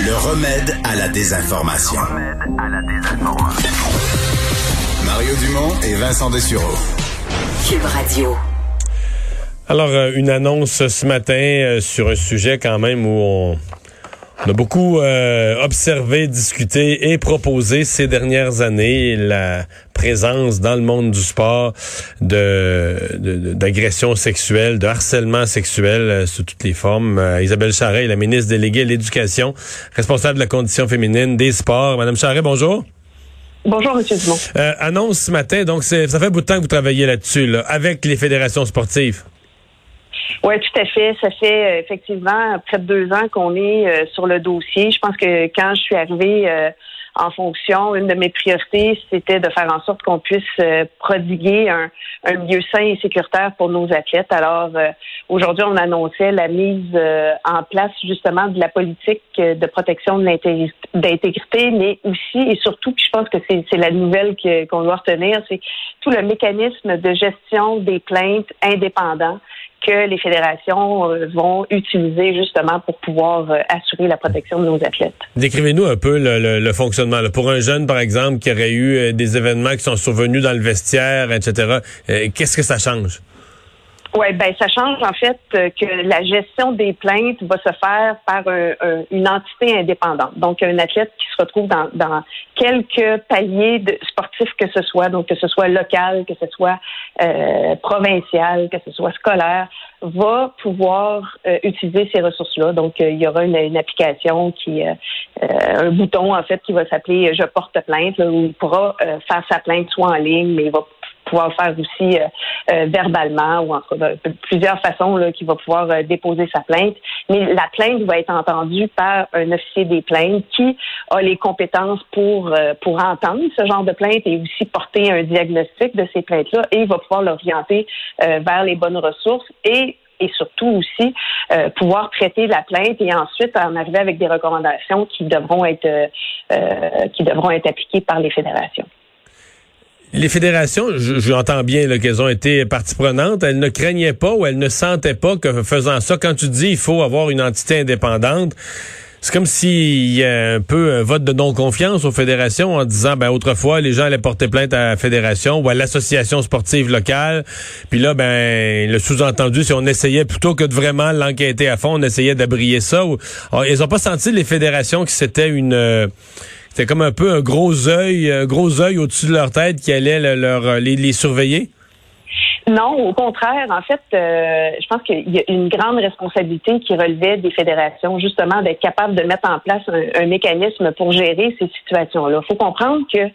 Le remède à la désinformation. Mario Dumont et Vincent Dessureau. Cube Radio. Alors, une annonce ce matin sur un sujet quand même où on a beaucoup observé, discuté et proposé ces dernières années la présence dans le monde du sport d'agressions sexuelles, de harcèlement sexuel sous toutes les formes. Isabelle Charret, la ministre déléguée à l'Éducation, responsable de la condition féminine des sports. Madame Charret, bonjour. Bonjour, M. Dumont. Annonce ce matin, donc ça fait un bout de temps que vous travaillez là-dessus, là, avec les fédérations sportives. Oui, tout à fait. Ça fait effectivement près de 2 ans qu'on est sur le dossier. Je pense que quand je suis arrivée en fonction, une de mes priorités, c'était de faire en sorte qu'on puisse prodiguer un milieu sain et sécuritaire pour nos athlètes. Alors, aujourd'hui, on annonçait la mise en place justement de la politique de protection de d'intégrité, mais aussi et surtout, puis je pense que c'est la nouvelle qu'on doit retenir, c'est tout le mécanisme de gestion des plaintes indépendants que les fédérations vont utiliser justement pour pouvoir assurer la protection de nos athlètes. Décrivez-nous un peu le fonctionnement. Là. Pour un jeune, par exemple, qui aurait eu des événements qui sont survenus dans le vestiaire, etc., qu'est-ce que ça change? Oui, ça change en fait que la gestion des plaintes va se faire par une entité indépendante. Donc, un athlète qui se retrouve dans quelques paliers sportifs que ce soit, donc que ce soit local, que ce soit provincial, que ce soit scolaire, va pouvoir utiliser ces ressources-là. Donc, il y aura une application un bouton en fait qui va s'appeler « Je porte plainte », là, où il pourra faire sa plainte soit en ligne, mais il va pouvoir le faire aussi verbalement ou entre plusieurs façons là, qu'il va pouvoir déposer sa plainte. Mais la plainte va être entendue par un officier des plaintes qui a les compétences pour entendre ce genre de plainte et aussi porter un diagnostic de ces plaintes-là et il va pouvoir l'orienter vers les bonnes ressources et surtout aussi pouvoir traiter la plainte et ensuite en arriver avec des recommandations qui devront être appliquées par les fédérations. Les fédérations, j'entends bien là, qu'elles ont été partie prenante, elles ne craignaient pas ou elles ne sentaient pas que faisant ça, quand tu dis il faut avoir une entité indépendante, c'est comme s'il y a un peu un vote de non-confiance aux fédérations en disant, autrefois, les gens allaient porter plainte à la fédération ou à l'association sportive locale. Puis là, le sous-entendu, si on essayait, plutôt que de vraiment l'enquêter à fond, on essayait d'abrier ça. Alors, ils ont pas senti, les fédérations, que c'était c'était comme un peu un gros œil au-dessus de leur tête qui allait les surveiller? Non, au contraire. En fait, je pense qu'il y a une grande responsabilité qui relevait des fédérations, justement, d'être capable de mettre en place un mécanisme pour gérer ces situations-là. Il faut comprendre que,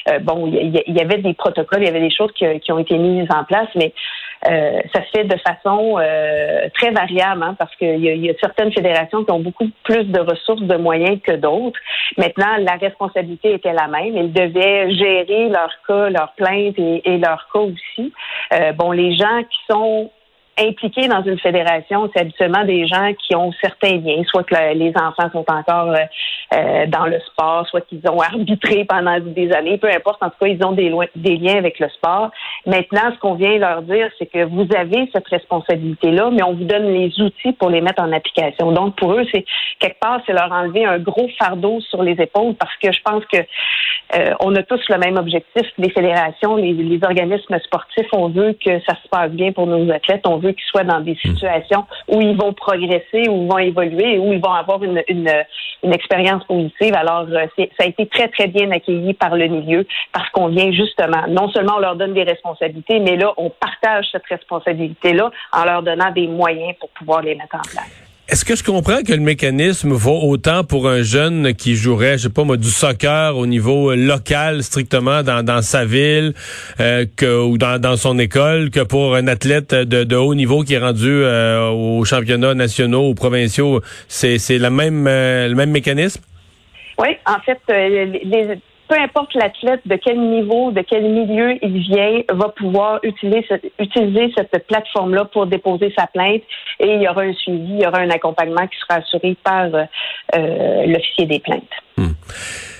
il y avait des protocoles, il y avait des choses qui ont été mises en place, mais ça se fait de façon très variable, parce qu'il y a certaines fédérations qui ont beaucoup plus de ressources, de moyens que d'autres. Maintenant, la responsabilité était la même. Ils devaient gérer leurs cas, leurs plaintes et leurs cas aussi. Les gens qui sont impliqués dans une fédération, c'est habituellement des gens qui ont certains liens, soit que les enfants sont encore dans le sport, soit qu'ils ont arbitré pendant des années, peu importe, en tout cas, ils ont des liens avec le sport. Maintenant, ce qu'on vient leur dire, c'est que vous avez cette responsabilité-là, mais on vous donne les outils pour les mettre en application. Donc, pour eux, c'est quelque part, c'est leur enlever un gros fardeau sur les épaules parce que je pense que on a tous le même objectif. Les fédérations, les organismes sportifs, on veut que ça se passe bien pour nos athlètes, on veut qu'ils soient dans des situations où ils vont progresser, où ils vont évoluer, où ils vont avoir une expérience positive. Alors, ça a été très, très bien accueilli par le milieu parce qu'on vient justement, non seulement on leur donne des responsabilités, mais là, on partage cette responsabilité-là en leur donnant des moyens pour pouvoir les mettre en place. Est-ce que je comprends que le mécanisme vaut autant pour un jeune qui jouerait, du soccer au niveau local, strictement dans sa ville, ou dans son école, que pour un athlète de haut niveau qui est rendu aux championnats nationaux ou provinciaux, c'est le même mécanisme? Oui, en fait, peu importe l'athlète, de quel niveau, de quel milieu il vient, va pouvoir utiliser cette plateforme-là pour déposer sa plainte et il y aura un suivi, il y aura un accompagnement qui sera assuré par l'officier des plaintes.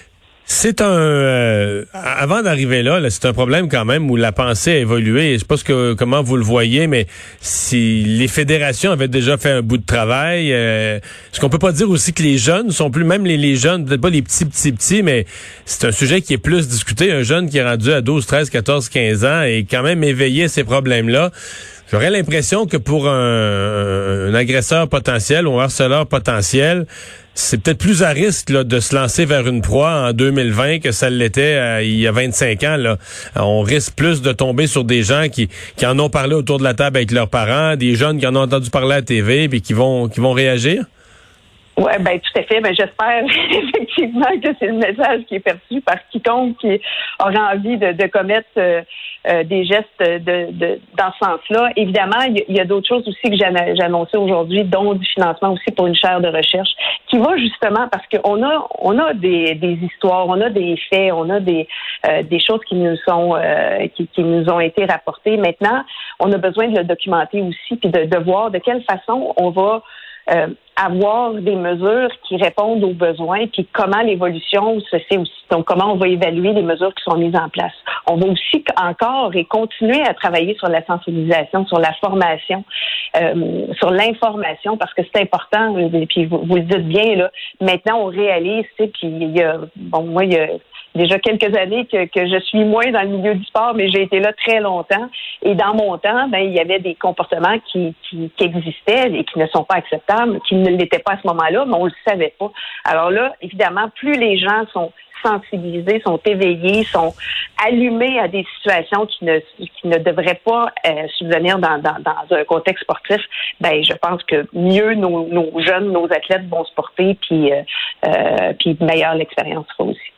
C'est avant d'arriver là, c'est un problème quand même où la pensée a évolué. Je sais pas comment vous le voyez, mais si les fédérations avaient déjà fait un bout de travail, est-ce qu'on peut pas dire aussi que les jeunes sont plus, même les jeunes, peut-être pas les petits, mais c'est un sujet qui est plus discuté. Un jeune qui est rendu à 12, 13, 14, 15 ans est quand même éveillé à ces problèmes-là. J'aurais l'impression que pour un agresseur potentiel ou un harceleur potentiel, c'est peut-être plus à risque là, de se lancer vers une proie en 2020 que ça l'était il y a 25 ans. Là. On risque plus de tomber sur des gens qui en ont parlé autour de la table avec leurs parents, des jeunes qui en ont entendu parler à la TV et qui vont réagir. Oui, ben tout à fait. Ben j'espère effectivement que c'est le message qui est perçu par quiconque qui aura envie de commettre des gestes dans ce sens-là. Évidemment, il y a d'autres choses aussi que j'ai annoncées aujourd'hui, dont du financement aussi pour une chaire de recherche, qui va justement parce qu'on a des histoires, on a des faits, on a des choses qui nous sont qui nous ont été rapportées. Maintenant, on a besoin de le documenter aussi, puis de voir de quelle façon on va avoir des mesures qui répondent aux besoins, puis comment l'évolution se fait aussi. Donc, comment on va évaluer les mesures qui sont mises en place. On va aussi encore et continuer à travailler sur la sensibilisation, sur la formation, sur l'information, parce que c'est important, et puis vous le dites bien, là, maintenant on réalise, puis il y a déjà quelques années que je suis moins dans le milieu du sport, mais j'ai été là très longtemps. Et dans mon temps, il y avait des comportements qui existaient et qui ne sont pas acceptables, qui ne l'étaient pas à ce moment-là, mais on le savait pas. Alors là, évidemment, plus les gens sont sensibilisés, sont éveillés, sont allumés à des situations qui ne devraient pas subvenir dans un contexte sportif, je pense que mieux nos jeunes, nos athlètes vont se porter, puis meilleure l'expérience sera aussi.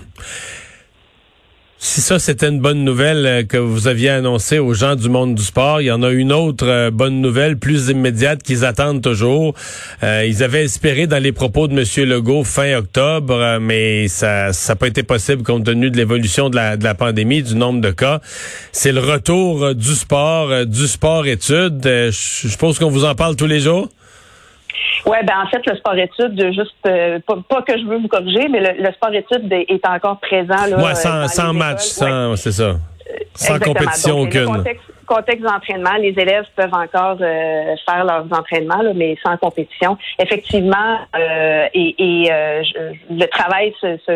Si ça, c'était une bonne nouvelle que vous aviez annoncée aux gens du monde du sport, il y en a une autre bonne nouvelle plus immédiate qu'ils attendent toujours. Ils avaient espéré dans les propos de M. Legault fin octobre, mais ça n'a pas été possible compte tenu de l'évolution de la pandémie, du nombre de cas. C'est le retour du sport-études. Je suppose qu'on vous en parle tous les jours? Oui, en fait, le sport-études, juste pas que je veux vous corriger, mais le sport-études est encore présent. Là, sans match, c'est ça. Sans exactement. compétition donc, aucune. Contexte d'entraînement, les élèves peuvent encore faire leurs entraînements, là, mais sans compétition. Effectivement, le travail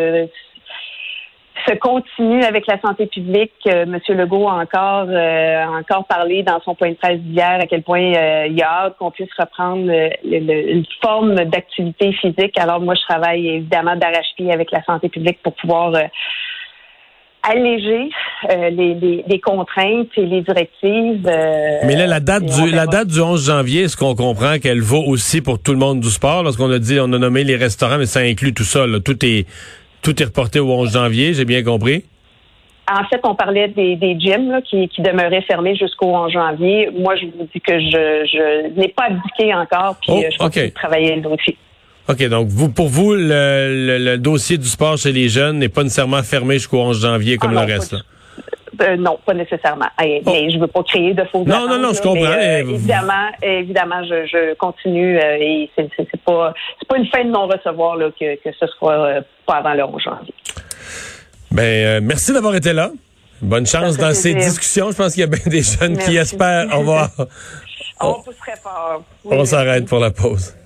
se continue avec la santé publique. Monsieur Legault a encore parlé dans son point de presse d'hier à quel point il a hâte qu'on puisse reprendre une forme d'activité physique. Alors moi, je travaille évidemment d'arrache-pied avec la santé publique pour pouvoir alléger les contraintes et les directives. Mais là, la date du 11 janvier, est-ce qu'on comprend qu'elle vaut aussi pour tout le monde du sport? Lorsqu'on a nommé les restaurants, mais ça inclut tout ça, là. Tout est reporté au 11 janvier, j'ai bien compris? En fait, on parlait des gyms là, qui demeuraient fermés jusqu'au 11 janvier. Moi, je vous dis que je n'ai pas abdiqué encore, puis je continue de travailler le dossier. OK, donc pour vous, le dossier du sport chez les jeunes n'est pas nécessairement fermé jusqu'au 11 janvier comme le reste. Non, pas nécessairement. Mais je veux pas créer de faux attentes. Non, je comprends. Évidemment, je continue et c'est pas une fin de non-recevoir là, que ce soit pas avant le 11 janvier. Merci d'avoir été là. Bonne chance dans ces discussions. Je pense qu'il y a bien des jeunes qui espèrent. Au revoir. On pousserait fort. On s'arrête pour la pause.